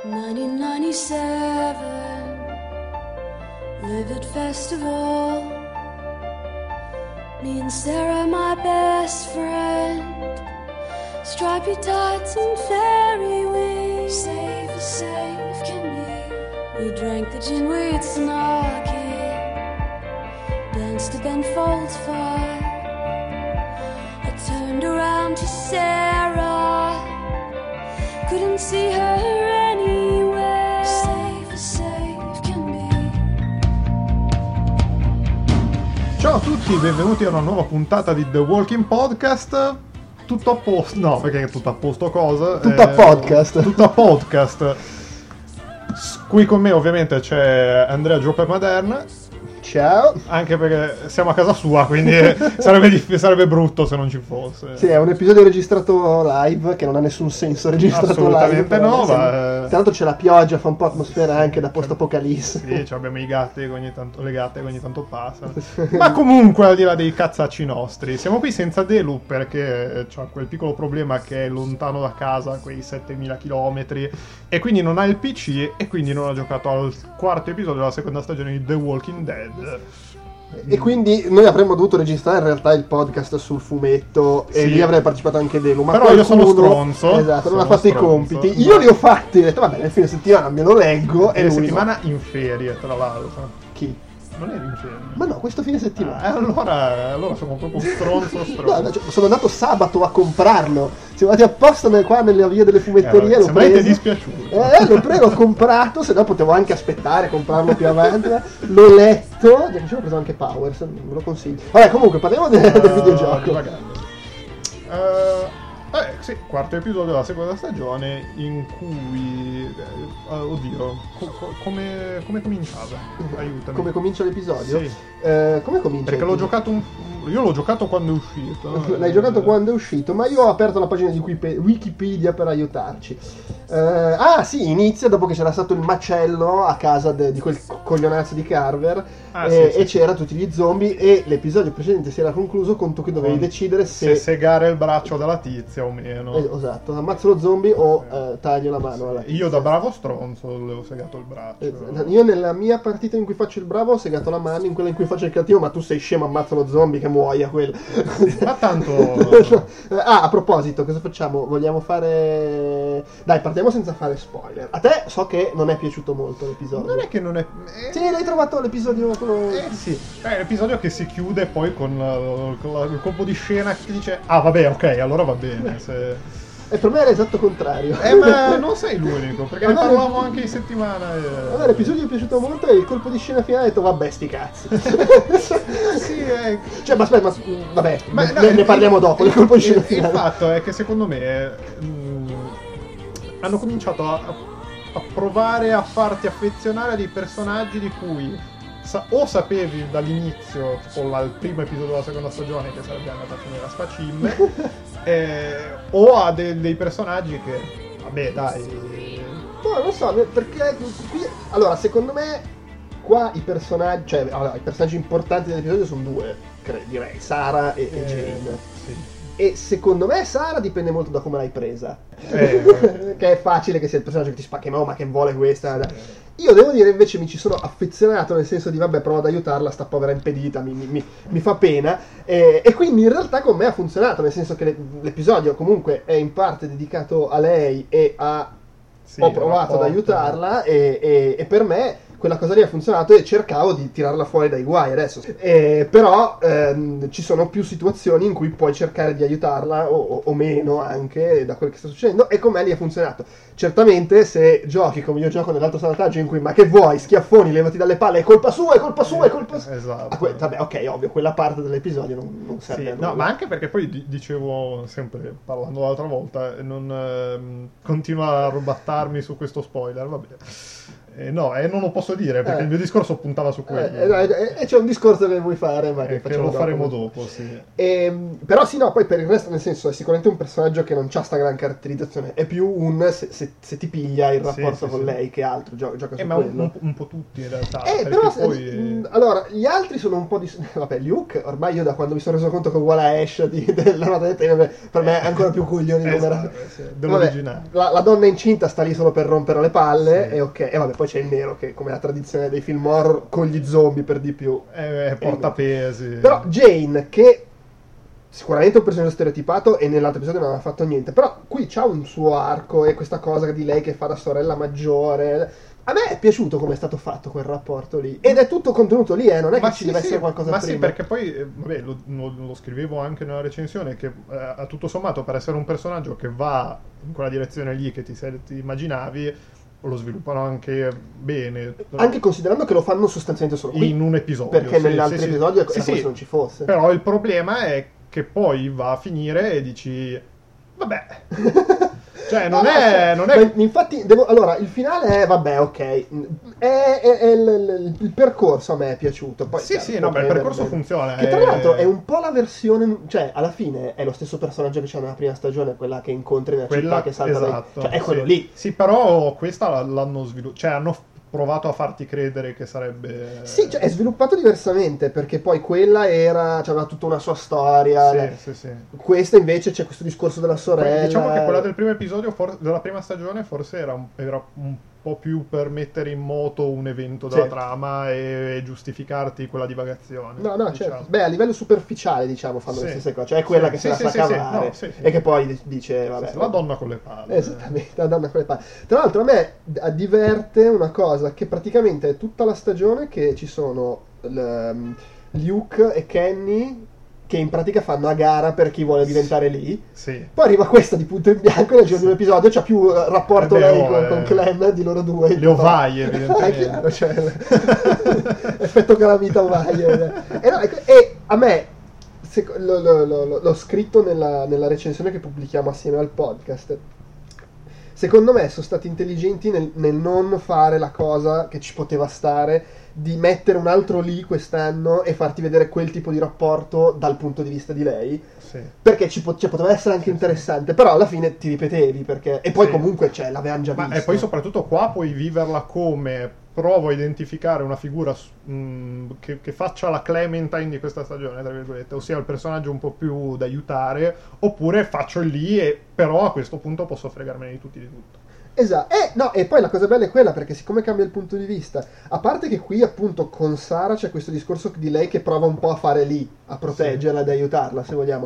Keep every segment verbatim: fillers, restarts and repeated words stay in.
nineteen ninety-seven, Livid Festival. Me and Sarah, my best friend, stripy tights and fairy wings. Safe as safe can be. We drank the gin we'd snuck in, danced to Ben Folds Five. I turned around to Sarah, couldn't see her anywhere. Safe as safe can be. Ciao a tutti, benvenuti a una nuova puntata di The Walking Podcast. Tutto a posto, no, perché è tutto a posto cosa? Tutto a eh, podcast. Tutto a podcast. Qui con me ovviamente c'è Andrea Gioper Maderna. Ciao. Anche perché siamo a casa sua, quindi sarebbe, diff- sarebbe brutto se non ci fosse. Sì, è un episodio registrato live, che non ha nessun senso registrato Assolutamente live. no, Sembra... ma... Tra l'altro c'è la pioggia, fa un po' atmosfera anche da post-apocalisse. Sì, cioè abbiamo i gatti che ogni tanto, le gatte che ogni tanto passano. Ma comunque, al di là dei cazzacci nostri, siamo qui senza Delu perché c'ha quel piccolo problema che è lontano da casa, quei settemila chilometri, e quindi non ha il P C e quindi non ha giocato al quarto episodio della seconda stagione di The Walking Dead. E quindi noi avremmo dovuto registrare in realtà il podcast sul fumetto, e Sì. lì avrebbe partecipato anche Delu, ma Però io sono qualcuno- stronzo. esatto, non Sono ha fatto stronzo. i compiti. Io li ho fatti, ho detto vabbè, nel fine settimana me lo leggo. E E la lui no. settimana in ferie, tra l'altro. Chi? Non eri in ferie? Ma no, questo fine settimana. Ah, eh, allora, allora sono proprio stronzo stronzo. No, cioè, sono andato sabato a comprarlo. Siamo andati apposta nel, qua nelle vie delle fumetterie. Eh, l'ho se mai ti è preso. dispiaciuto. Eh, l'ho preso, l'ho comprato. Se no potevo anche aspettare, comprarlo più avanti. L'ho letto. Già che ci ho preso anche Powers, ve lo consiglio. Vabbè, comunque parliamo de- del Uh, videogioco. divagando. Uh, Vabbè, sì, quarto episodio della seconda stagione in cui... eh, oddio, co- co- come, come cominciava? Aiutami. Come comincia l'episodio? Sì. Eh, come comincia? Perché l'ho l'episodio? giocato un... Io l'ho giocato quando è uscito. L'hai giocato quando è uscito, ma io ho aperto la pagina di Wikipe- Wikipedia per aiutarci. Eh, ah sì, inizia dopo che c'era stato il macello a casa de- di quel coglionazzo di Carver. Ah, e, sì, sì. e c'era tutti gli zombie, e l'episodio precedente si era concluso con tu che dovevi Con- decidere Se se... segare il braccio della tizia o meno. eh, esatto, ammazzo lo zombie o eh, taglio la mano alla Io da bravo stronzo le ho segato il braccio. Eh, Io nella mia partita in cui faccio il bravo ho segato la mano, in quella in cui faccio il cattivo, ma tu sei scemo, ammazzo lo zombie che muoia quello. Ma tanto... Ah, a proposito, cosa facciamo? Vogliamo fare... Dai, partiamo senza fare spoiler. A te so che non è piaciuto molto l'episodio. Non è che non è... eh, Sì, l'hai trovato l'episodio... quello- Eh sì, è l'episodio che si chiude poi con, la- con la- il colpo di scena che dice ah vabbè ok allora va bene se... E per me era l'esatto contrario. Eh ma non sei l'unico perché ne Ma no, parlavamo anche in settimana e... Allora, l'episodio mi è piaciuto molto e il colpo di scena finale ho detto vabbè sti cazzi. Sì, è... Cioè, ma aspetta, ma vabbè, Ma, ne, no, ne il- parliamo il- dopo, il colpo di scena il, il finale. fatto è che secondo me eh, mh, hanno cominciato a, a provare a farti affezionare a dei personaggi di cui sa- o sapevi dall'inizio, tipo al primo episodio della seconda stagione, che sarebbe andata a finire a spacimbe, eh, o a de- dei personaggi che, vabbè dai, No, non so, perché qui... Allora, secondo me, qua i personaggi... Cioè, allora, i personaggi importanti dell'episodio sono due, cre- direi, Sara e, e eh, Jane. sì. E secondo me Sara dipende molto da come l'hai presa. Eh, Che è facile che sia il personaggio che ti spacca, ma, oh, ma che vuole questa? Io devo dire invece mi ci sono affezionato, nel senso di vabbè, provo ad aiutarla, sta povera impedita, mi, mi- mi- mi fa pena. E, e quindi in realtà con me ha funzionato, nel senso che le- l'episodio comunque è in parte dedicato a lei e a... sì, ho provato ad rapporto. aiutarla e, e- e per me quella cosa lì ha funzionato e cercavo di tirarla fuori dai guai adesso. Eh, però ehm, ci sono più situazioni in cui puoi cercare di aiutarla o, o- o meno anche da quel che sta succedendo, e con me lì ha funzionato. Certamente se giochi come io gioco nell'altro salvataggio in cui ma che vuoi, schiaffoni, levati dalle palle, è colpa sua, è colpa sua, è colpa sua. Esatto. Ah, que- vabbè, ok, ovvio, quella parte dell'episodio non, non serve Sì, a no, nulla. ma anche perché poi di- dicevo sempre, parlando l'altra volta, non ehm, continua a rubattarmi su questo spoiler, vabbè. Eh, no, e eh, non lo posso dire perché Eh. il mio discorso puntava su quello. Eh, eh, eh, c'è un discorso che vuoi fare, ma che, Eh, che facciamo lo dopo. faremo dopo, sì. Ehm, però sì, no, poi per il resto, nel senso, è sicuramente un personaggio che non c'ha sta gran caratterizzazione, è più un se, se- se ti piglia il Sì, rapporto sì, con sì. lei che altro, gio- gioca Eh, su ma un, quello. un, un po' tutti in realtà. Eh, perché però, se- poi... mh, allora, gli altri sono un po' di... Vabbè, Luke, ormai io da quando mi sono reso conto che è uguale a Ash di, dell'Armata delle Tenebre, per me è ancora più coglioni Eh, numerato. esatto, sì, Vabbè, dell'originale. la, la donna incinta sta lì solo per rompere le palle, Sì. e ok. E vabbè, poi c'è il nero, che come la tradizione dei film horror, con gli zombie per di più. Eh, portapesi. Però Jane, che sicuramente è un personaggio stereotipato e nell'altro episodio non aveva fatto niente, però qui c'ha un suo arco e questa cosa di lei che fa da sorella maggiore. A me è piaciuto come è stato fatto quel rapporto lì, ed è tutto contenuto lì, eh, non è Ma che ci sì, deve sì, essere qualcosa ma prima. sì, perché poi, eh, vabbè, lo, lo- lo scrivevo anche nella recensione, che eh, a tutto sommato per essere un personaggio che va in quella direzione lì che ti, sei- ti immaginavi, lo sviluppano anche bene. Anche considerando che lo fanno sostanzialmente solo qui, in un episodio. perché sì, negli altri sì, sì. episodi è Sì, come sì. se non ci fosse. Però il problema è che poi va a finire e dici, vabbè, cioè non No, no, è... cioè, Non è... ma infatti, devo, allora, il finale è, vabbè, ok, è, è- è il, il- il percorso a me è piaciuto. Poi, Sì, chiaro, sì, può no, beh, il prendere, percorso bene. funziona. Che tra è- l'altro è un po' la versione, cioè alla fine è lo stesso personaggio che c'è nella prima stagione, quella che incontri nella Quella, città che salta dai- esatto, cioè è quello sì. lì. Sì, però questa l'hanno sviluppato, cioè hanno provato a farti credere che sarebbe... Sì, cioè è sviluppato diversamente, perché poi quella era, c'aveva tutta una sua storia, la- Sì, sì, sì. questa invece c'è questo discorso della Poi sorella. diciamo che quella del primo episodio, for- della prima stagione, forse era un, era un po' più per mettere in moto un evento della Sì. trama e, e giustificarti quella divagazione. No, no, diciamo. certo. Beh, a livello superficiale, diciamo, fanno le Sì. stesse cose. Cioè, è quella Sì, che sì, se la sì, sa sì, sì. cavare No, sì, sì. e che poi dice, Sì, vabbè. sì, la donna con le palle. Esattamente, la donna con le palle. Tra l'altro a me d- diverte una cosa, che praticamente è tutta la stagione che ci sono l- Luke e Kenny che in pratica fanno a gara per chi vuole diventare lì. Sì. Poi arriva questa di punto in bianco nel giro di un episodio, c'ha più eh, rapporto Eh beh, lei oh, con, eh. con Clem di loro due. Le ovaie, È evidentemente. chiaro, cioè, effetto calamita ovaie. E, no, ecco, e a me, sec- lo- lo- lo- lo- l'ho scritto nella, nella recensione che pubblichiamo assieme al podcast. Secondo me sono stati intelligenti nel, nel non fare la cosa che ci poteva stare di mettere un altro lì quest'anno e farti vedere quel tipo di rapporto dal punto di vista di lei. Sì. Perché ci po- cioè, poteva essere anche interessante, però alla fine ti ripetevi perché... E poi Sì. comunque cioè, l'avevamo già Ma visto. e poi soprattutto qua puoi viverla come provo a identificare una figura mh, che, che faccia la Clementine di questa stagione, tra virgolette, ossia il personaggio un po' più da aiutare, oppure faccio il lì e però a questo punto posso fregarmene di tutti di tutto. Esatto, e, no, e poi la cosa bella è quella, perché siccome cambia il punto di vista, a parte che qui appunto con Sara c'è questo discorso di lei che prova un po' a fare lì, a proteggerla, ad aiutarla se vogliamo,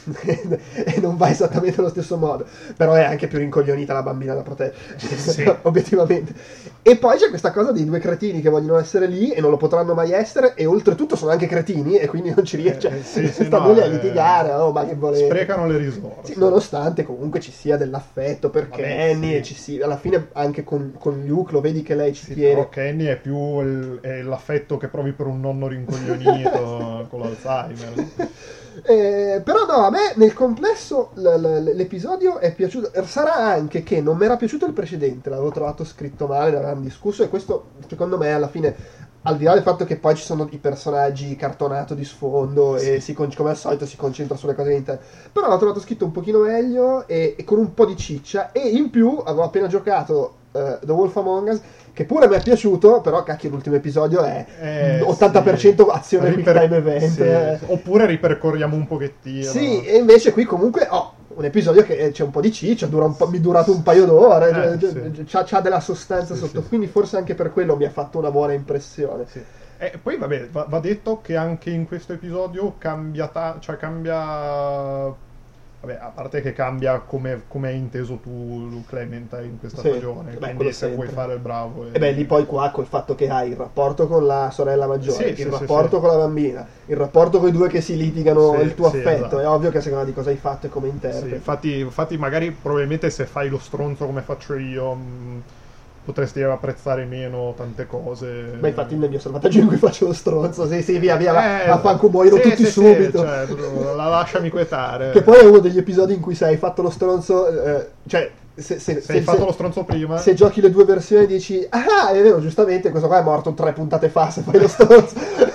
e non va esattamente allo stesso modo, però è anche più rincoglionita la bambina da proteggere, Sì. obiettivamente. E poi c'è questa cosa dei due cretini che vogliono essere lì e non lo potranno mai essere, e oltretutto sono anche cretini e quindi non ci riesce, Eh, sì, sì, stanno no, lì a eh, litigare, oh ma che volete. Sprecano le risorse. Sì, nonostante comunque ci sia dell'affetto per Vabbè, Kenny sì. e ci sia, alla fine anche con, con Luke lo vedi che lei ci Sì, tiene. però Kenny è più il- è l'affetto che provi per un nonno rincoglionito con l'Alzheimer. Eh, però no, a me nel complesso l- l- l'episodio è piaciuto. Sarà anche che non mi era piaciuto il precedente, l'avevo trovato scritto male, ne avevamo discusso, e questo secondo me alla fine, al di là del fatto che poi ci sono i personaggi cartonato di sfondo e si con- come al solito si concentra sulle cose interne, però l'ho trovato scritto un pochino meglio e, e con un po' di ciccia, e in più avevo appena giocato eh, The Wolf Among Us, che pure mi è piaciuto, però cacchio l'ultimo episodio è Eh, ottanta per cento sì. azione Riper- quick time event. sì. eh. Oppure ripercorriamo un pochettino. Sì, e invece qui comunque ho un episodio che eh, c'è un po' di ciccia, dura un po', mi è durato un paio d'ore, Eh, cioè, sì. c'ha, c'ha della sostanza Sì, sotto, sì. quindi forse anche per quello mi ha fatto una buona impressione. Sì. E poi vabbè, va, va detto che anche in questo episodio cambia, ta- cioè cambia... Vabbè, a parte che cambia come, come hai inteso tu Clementine in questa Sì. stagione, Beh, quindi quello se vuoi sempre. fare il bravo... E beh, lì poi qua col fatto che hai il rapporto con la sorella maggiore, Sì, il sì, sì, rapporto sì. con la bambina, il rapporto con i due che si litigano, Sì, il tuo sì, affetto, esatto. è ovvio che a seconda di cosa hai fatto e come Sì, interpreti. infatti, infatti magari probabilmente se fai lo stronzo come faccio io mh, potresti apprezzare meno tante cose. Beh, infatti nel mio salvataggio in cui faccio lo stronzo, sì, sì, via, via, va, Eh, vaffanculo, muoiono sì, tutti sì, subito. Sì, cioè, la lasciami quietare. Che poi è uno degli episodi in cui se hai fatto lo stronzo, eh, cioè Se, se, Se se- hai fatto se- lo stronzo prima... se giochi le due versioni dici ah è vero, giustamente questo qua è morto tre puntate fa se fai lo stronzo.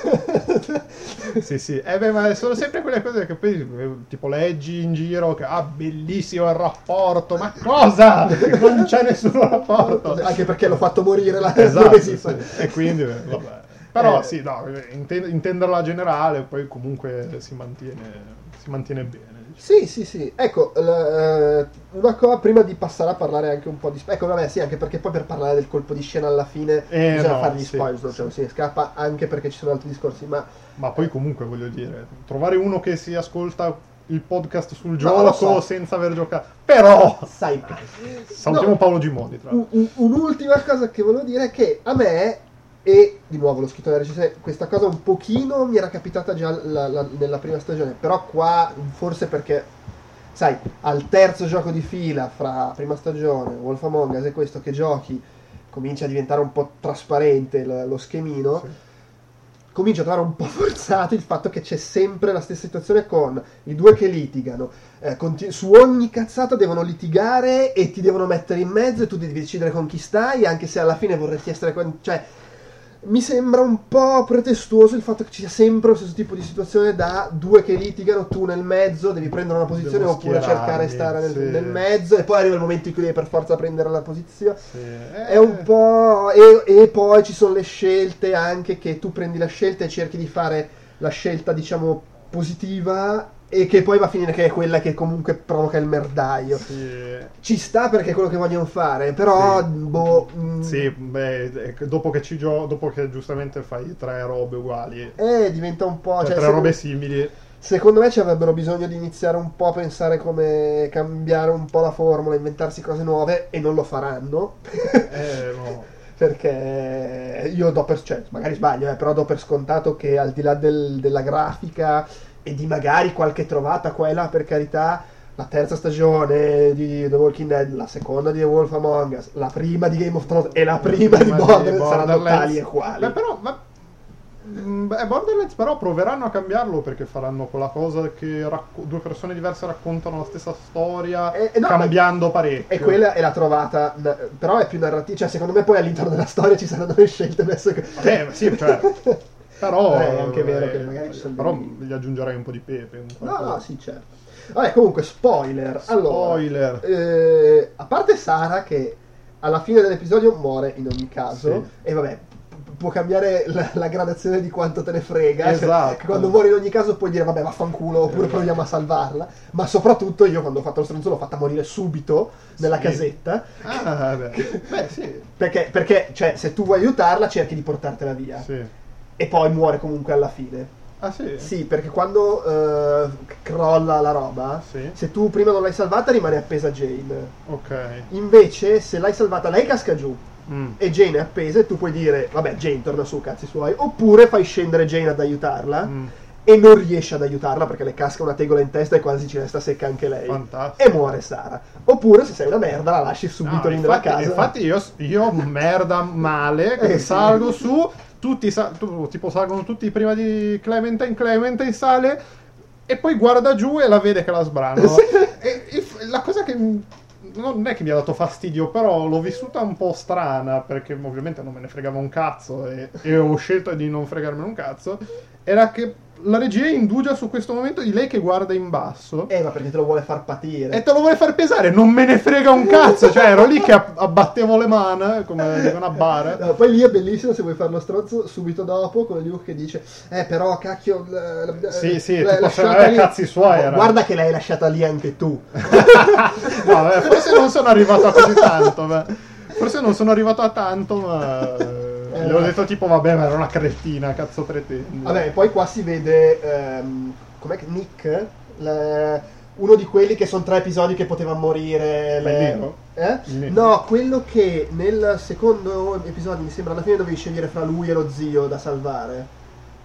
Sì, sì. Eh beh, ma sono sempre quelle cose che poi eh, tipo leggi in giro che ah, bellissimo il rapporto, ma cosa? Non c'è nessun rapporto. Anche perché l'ho fatto morire la Esatto, non sì. esiste. E quindi eh, vabbè. Però Eh. sì, no, inten- intenderla generale, poi comunque si mantiene si mantiene bene. diciamo. Sì, sì, sì. Ecco, l- eh, una cosa prima di passare a parlare anche un po' di... Ecco, vabbè, sì, anche perché poi per parlare del colpo di scena alla fine Eh, bisogna no, fare gli sì, spoiler, no? Cioè, sì. si scappa anche perché ci sono altri discorsi, ma... Ma poi comunque voglio dire, trovare uno che si ascolta il podcast sul No, gioco lo so. senza aver giocato. Però Sai mai. salutiamo No, Paolo Gimoni, tra l'altro. un- un- un'ultima cosa che volevo dire è che a me, e di nuovo l'ho scritto nella recensione, questa cosa un pochino mi era capitata già la- la- nella prima stagione, però qua forse perché, sai, al terzo gioco di fila fra prima stagione, Wolf Among Us e questo che giochi, comincia a diventare un po' trasparente l- lo schemino. Sì. Comincio a trovare un po' forzato il fatto che c'è sempre la stessa situazione con i due che litigano. Eh, conti- su ogni cazzata devono litigare e ti devono mettere in mezzo e tu devi decidere con chi stai, anche se alla fine vorresti essere con... Cioè, mi sembra un po' pretestuoso il fatto che ci sia sempre lo stesso tipo di situazione da due che litigano, tu nel mezzo, devi prendere una posizione Devo oppure cercare di stare nel, sì. nel mezzo e poi arriva il momento in cui devi per forza prendere la posizione. Sì. Eh, È un po'... E, e poi ci sono le scelte anche che tu prendi la scelta e cerchi di fare la scelta, diciamo, positiva e che poi va a finire che è quella che comunque provoca il merdaio. Sì. Ci sta perché è quello che vogliono fare, però, Sì. boh... mm, Sì, beh, eh, dopo che ci gio- dopo che giustamente fai tre robe uguali, Eh, diventa un po'... cioè, cioè, tre secondo- robe simili, Secondo me ci avrebbero bisogno di iniziare un po' a pensare come cambiare un po' la formula, inventarsi cose nuove e non lo faranno. eh, no. Perché io do per... cioè, magari sbaglio, eh, però do per scontato che al di là del- della grafica e di magari qualche trovata qua e là, per carità, la terza stagione di The Walking Dead, la seconda di The Wolf Among Us, la prima di Game of Thrones e la prima, di Borderlands saranno tali e quali. Beh, però, ma, mm, beh, Borderlands però proveranno a cambiarlo perché faranno quella cosa che racco- due persone diverse raccontano la stessa storia Eh, eh, no, cambiando parecchio. E quella è la trovata, na- però è più narrativa, cioè secondo me poi all'interno della storia ci saranno le scelte messe... Eh, sì, cioè, però Eh, è anche vero che eh, magari ci sono però dei- gli aggiungerei un po' di pepe, un No, qualcosa. no, sì, certo. Vabbè, comunque, spoiler. Allora, Spoiler. eh, a parte Sara che alla fine dell'episodio muore in ogni caso, Sì. e vabbè, p- può cambiare la, la gradazione di quanto te ne frega. cioè, Esatto. che quando muore in ogni caso puoi dire vabbè vaffanculo oppure Esatto. proviamo a salvarla. Ma soprattutto io quando ho fatto lo stronzo l'ho fatta morire subito nella Sì. casetta. Ah, beh, beh, sì, Perché, perché, cioè, se tu vuoi aiutarla cerchi di portartela via. sì. E poi muore comunque alla fine. Ah, sì? Sì, perché quando eh, crolla la roba, Sì. se tu prima non l'hai salvata rimane appesa Jane. Ok. Invece, se l'hai salvata, lei casca giù Mm. e Jane è appesa e tu puoi dire, vabbè, Jane torna su, cazzi suoi. Oppure fai scendere Jane ad aiutarla Mm. e non riesci ad aiutarla perché le casca una tegola in testa e quasi ci resta secca anche lei. Fantastico. E muore Sara. Oppure, se sei una merda, la lasci subito No, lì nella infatti, casa. infatti io, io merda male che Eh, sì. salgo su, tutti sa- tu- tipo salgono tutti prima di Clementine, Clementine sale e poi guarda giù e la vede che la sbrano. Sì. E, e f- la cosa che m- non è che mi ha dato fastidio, però l'ho vissuta un po' strana perché ovviamente non me ne fregava un cazzo e, e ho scelto di non fregarmene un cazzo, era che la regia indugia su questo momento di lei che guarda in basso. Eh, ma perché te lo vuole far patire. E te lo vuole far pesare, non me ne frega un cazzo, cioè ero lì che ab- abbattevo le mani come dicono a bar. No, poi lì è bellissimo se vuoi fare lo stronzo subito dopo con Luke che dice eh però cacchio l- l- Sì, sì, l'hai tipo, lasciata eh, lì. cazzi suoi era. Guarda che l'hai lasciata lì anche tu. No, beh, forse non sono arrivato a così tanto, beh. Forse non sono arrivato a tanto, ma eh, gli ho detto tipo vabbè, ma era una cretina, cazzo pretendi. Vabbè, poi qua si vede ehm, com'è che Nick Le- uno di quelli che sono tre episodi che poteva morire. Ma il nero? Eh? Il nero? No, quello che nel secondo episodio mi sembra alla fine dovevi scegliere fra lui e lo zio da salvare.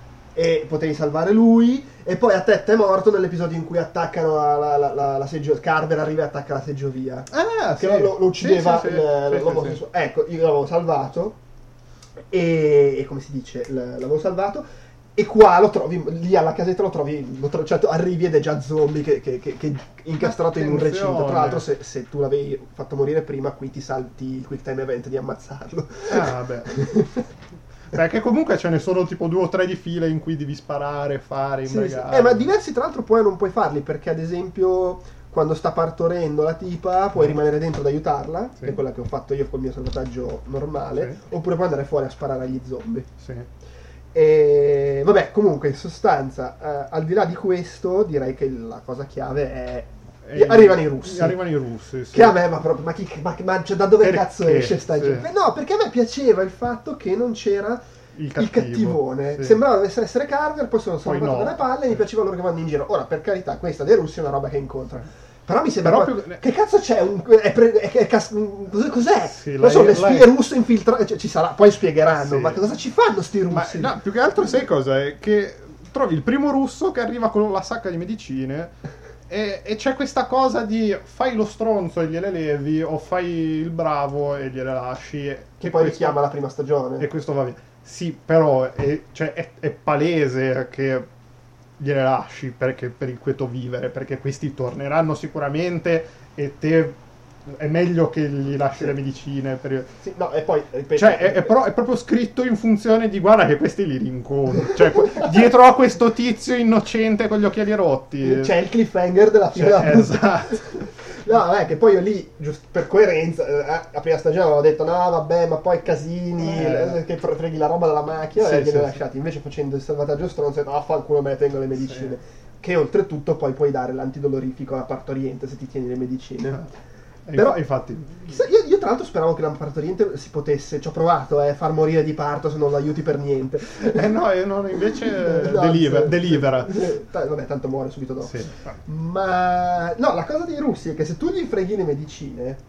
E potevi salvare lui. E poi a te è morto nell'episodio in cui attaccano la, la, la, la, la seggio- Carver arriva e attacca la seggiovia. Ah, Che sì. lo, lo uccideva Sì, sì, sì. il- Sì, l'uomo sì, sì. sessuale. Ecco, io l'avevo salvato. E, e come si dice, l- l'avevo salvato. E qua lo trovi, lì alla casetta lo trovi, lo trovi cioè, arrivi ed è già zombie che, che, che, che incastrato in un recinto. Tra l'altro se, se tu l'avevi fatto morire prima, qui ti salti il quick time event di ammazzarlo. Ah, vabbè. Perché comunque ce ne sono tipo due o tre di fila in cui devi sparare, fare, Sì, sì. imbregare. Eh, ma diversi tra l'altro poi non puoi farli, perché ad esempio quando sta partorendo la tipa puoi rimanere dentro ad aiutarla, Sì. che è quella che ho fatto io col mio salvataggio normale, Sì. oppure puoi andare fuori a sparare agli zombie. Sì. E vabbè, comunque in sostanza, eh, al di là di questo, direi che la cosa chiave è E- arrivano i russi. Arrivano i russi, sì. Che a me, ma proprio, ma, chi, ma, ma cioè, da dove Perché? cazzo esce sta Sì. gente? No, perché a me piaceva il fatto che non c'era Il il, cattivo, cattivone. sì. Sembrava dovesse essere Carver, poi sono Poi salvato no. dalle palle e mi piaceva loro che vanno in giro. Ora, per carità, questa dei russi è una roba che incontra. Però mi sembra Però proprio- più- che cazzo c'è un è pre- è- è cas- cos'è, cos'è? Sì, non lei- so, le spie lei- russe infiltrate, cioè, ci sarà, poi spiegheranno, Sì. ma cosa ci fanno sti Ma russi? no, più che altro sai cosa è? Che trovi il primo russo che arriva con la sacca di medicine e, e c'è questa cosa di fai lo stronzo e gliele levi o fai il bravo e gliele lasci. E, che e poi questo- richiama la prima stagione. E questo va bene. Sì, però è, cioè, è, è palese che gliele lasci perché, per il quieto vivere, perché questi torneranno sicuramente e te è meglio che gli lasci Sì. le medicine. Per... Sì, no, e poi ripeto, Cioè, è, è però, è proprio scritto in funzione di guarda che questi li rincontro. Cioè, que- dietro a questo tizio innocente con gli occhiali rotti. c'è il cliffhanger della fine Cioè, della puntata. esatto. No, vabbè, che poi io lì, giusto per coerenza, eh, la prima stagione avevo detto no, vabbè, ma poi casini, Eh. eh, che fre- freghi la roba dalla macchina, Sì, e gliele sì, lasciati. Invece facendo il salvataggio stronzo, ho detto, no, fanculo, me ne tengo le medicine. Che oltretutto poi puoi dare l'antidolorifico alla partoriente se ti tieni le medicine. E Però- infa- infatti, Chissà, io, io tra l'altro speravo che la partoriente si potesse, ci ho provato, eh, far morire di parto se non lo aiuti per niente. eh no, eh, no, invece No, deliver- sì, delivera. sì. Ta- Vabbè, tanto muore subito dopo. Sì. Ma no, la cosa dei russi è che se tu gli freghi le medicine,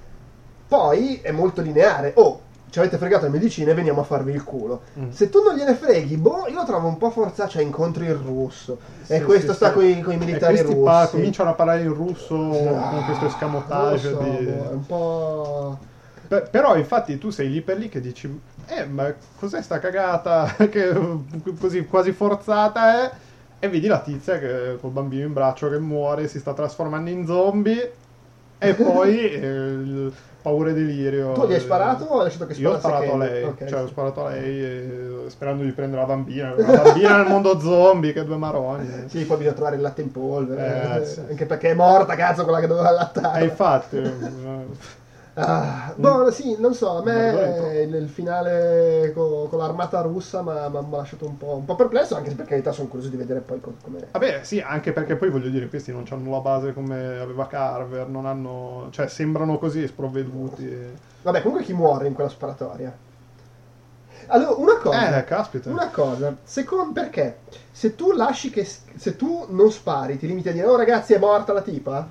poi è molto lineare. Oh, ci avete fregato le medicine, veniamo a farvi il culo. Mm. Se tu non gliele freghi, boh, io lo trovo un po' forzato, cioè incontri il russo. Sì, e questo sì, sta sì. coi, E coi militari questi russi. pa- cominciano a parlare in russo Ah, con questo escamotage non lo so, di... boh, è un po'... Per- però infatti tu sei lì per lì che dici eh ma cos'è sta cagata che così quasi forzata è, e vedi la tizia che col bambino in braccio che muore, si sta trasformando in zombie e poi eh, il paura e delirio. Tu gli hai sparato o hai lasciato che Io ho sparasse sparato a Kenny? lei, Ok, cioè ho sì. sparato a lei eh, sperando di prendere la bambina, la bambina nel mondo zombie, che due maroni. Sì, poi bisogna trovare il latte in polvere, Eh, eh, sì. anche perché è morta, cazzo, quella che doveva allattare. E infatti eh, Ah, boh, sì, non so, a Guarda, me il, il finale co- con l'armata russa mi ha lasciato un po', un po' perplesso, anche se per carità sono curioso di vedere poi co- come... vabbè, sì, anche perché poi voglio dire, questi non hanno la base come aveva Carver, non hanno, cioè sembrano così sprovveduti. Vabbè, comunque chi muore in quella sparatoria? Allora, una cosa... Eh, caspita. Una cosa, secondo perché se tu lasci che se tu non spari, ti limiti a dire "Oh ragazzi, è morta la tipa",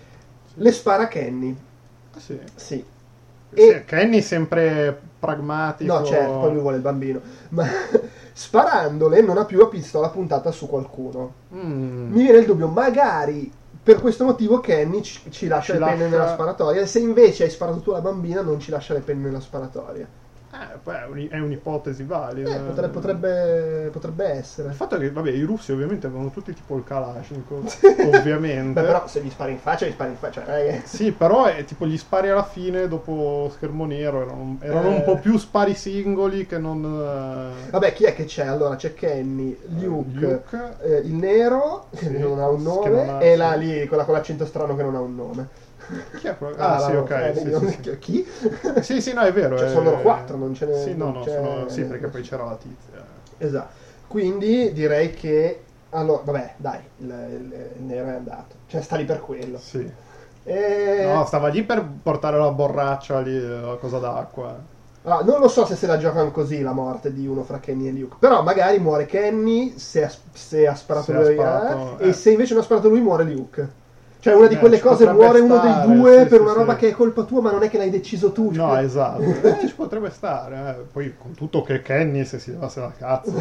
le spara Kenny. Ah, sì. Sì. Sì, E Kenny sempre pragmatico. no, certo, poi lui vuole il bambino. Ma sparandole non ha più la pistola puntata su qualcuno. Mm. Mi viene il dubbio, magari per questo motivo Kenny ci, ci lascia Ci le penne lascia- nella sparatoria, se invece hai sparato tu la bambina non ci lascia le penne nella sparatoria. Eh, poi è, un- è un'ipotesi valida. Eh, potrebbe, potrebbe, potrebbe essere. Il fatto è che, vabbè, i russi ovviamente avevano tutti tipo il Kalashnikov, ovviamente. Beh, però se gli spari in faccia, gli spari in faccia. Cioè, Sì, però è tipo gli spari alla fine dopo Schermo Nero erano, erano Eh. un po' più spari singoli che non... eh, vabbè, chi è che c'è? Allora c'è Kenny, Luke, Luke. eh, il nero Sì, che non ha un che nome non ha- e sì. là lì quella con l'accento strano che non ha un nome. Chi è quello? Ah, sì, la- ok. eh, sì, vedi, sì, sì. Chi? Sì, sì, no, è vero. Cioè, è- sono loro quattro, non ce n'è- Sì, no, non no, c'è- sono- sì, perché poi c'era la tizia. Esatto. Quindi direi che allora, vabbè, dai, il, il- il nero è andato. Cioè sta lì per quello. Sì. E... No, stava lì per portare la borraccia lì, la cosa d'acqua. Allora, non lo so se se la giocano così la morte di uno fra Kenny e Luke. Però magari muore Kenny se ha, se ha sparato Se ha lui sparato, eh, e eh. se invece non ha sparato lui muore Luke. Cioè una di Eh, quelle ci cose potrebbe muore uno stare, dei due sì, per sì, una sì. roba che è colpa tua ma non è che l'hai deciso tu. No, Cioè- esatto. Eh, ci potrebbe stare. eh. Poi con tutto che Kenny se si levasse la cazzo,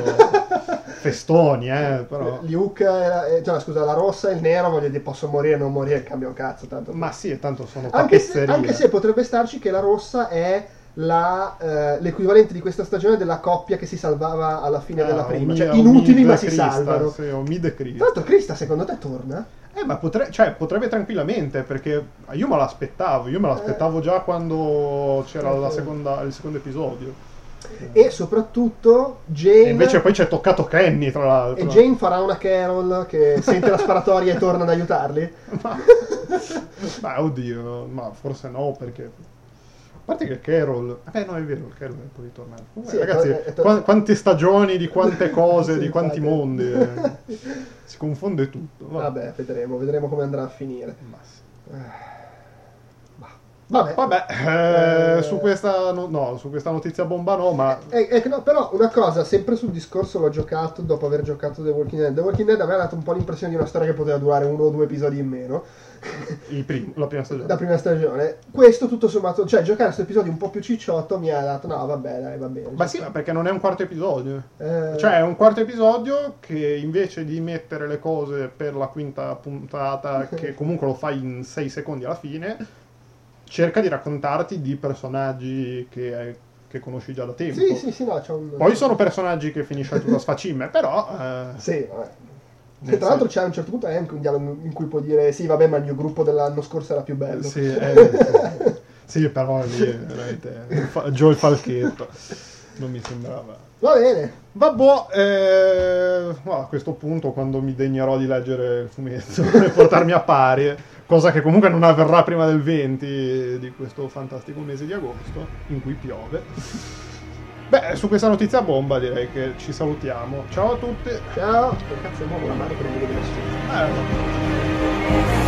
festoni, eh, però. Luke, era- eh, cioè, scusa, la rossa e il nero, voglio dire, posso morire o non morire, cambia un cazzo. Tanto. Ma sì, tanto sono Anche se, tappezzerie. anche se potrebbe starci che la rossa è la, eh, l'equivalente di questa stagione della coppia che si salvava alla fine Eh, della prima, Omi- cioè Omid inutili ma e si Krista, salvano. Sì, Omid e Krista. Tra l'altro Krista secondo te torna? Eh, ma potre- cioè, potrebbe tranquillamente, perché io me l'aspettavo, io me l'aspettavo già quando c'era la seconda- il secondo episodio. E soprattutto Jane... E invece poi c'è toccato Kenny, tra l'altro. E Jane farà una Carol che sente la sparatoria e torna ad aiutarli? Ma, ma oddio, ma forse no, perché... A parte che Carol... Eh no, è vero, Carol è poi ritornato. Sì, è Ragazzi, to- è to- qua- quante stagioni, di quante cose, Sì, di quanti infatti. mondi. eh. Si confonde tutto. Va- Vabbè, vedremo, vedremo come andrà a finire. ma sì. Vabbè. Vabbè, eh, Eh, su questa no, no, su questa notizia bomba no, ma Eh, eh, no, però una cosa, sempre sul discorso l'ho giocato dopo aver giocato The Walking Dead. The Walking Dead a me ha dato un po' l'impressione di una storia che poteva durare uno o due episodi in meno. il primo, la prima stagione. La prima stagione. Questo tutto sommato, cioè giocare questo episodio un po' più cicciotto mi ha dato, no vabbè dai va bene. Ma sì, ma perché non è un quarto episodio. Eh, Cioè è un quarto episodio che invece di mettere le cose per la quinta puntata, che comunque lo fai in sei secondi alla fine, cerca di raccontarti di personaggi che, che conosci già da tempo. sì, sì, sì, no, c'è un... Poi sono personaggi che finisce tutto a sfacime, però... eh, Sì, vabbè. nel Tra l'altro sen- c'è a un certo punto anche un dialogo in cui può dire sì vabbè ma il mio gruppo dell'anno scorso era più bello. Sì, eh, sì, però lì è veramente fa- Joe il falchetto. Non mi sembrava. Va bene. Vabbè, eh, a questo punto, quando mi degnerò di leggere il fumetto e portarmi a pari, cosa che comunque non avverrà prima del venti di questo fantastico mese di agosto, in cui piove. Beh, su questa notizia bomba direi che ci salutiamo. Ciao a tutti. Ciao. Che cazzo è nuovo la mano per non vedere nessuno. Eh,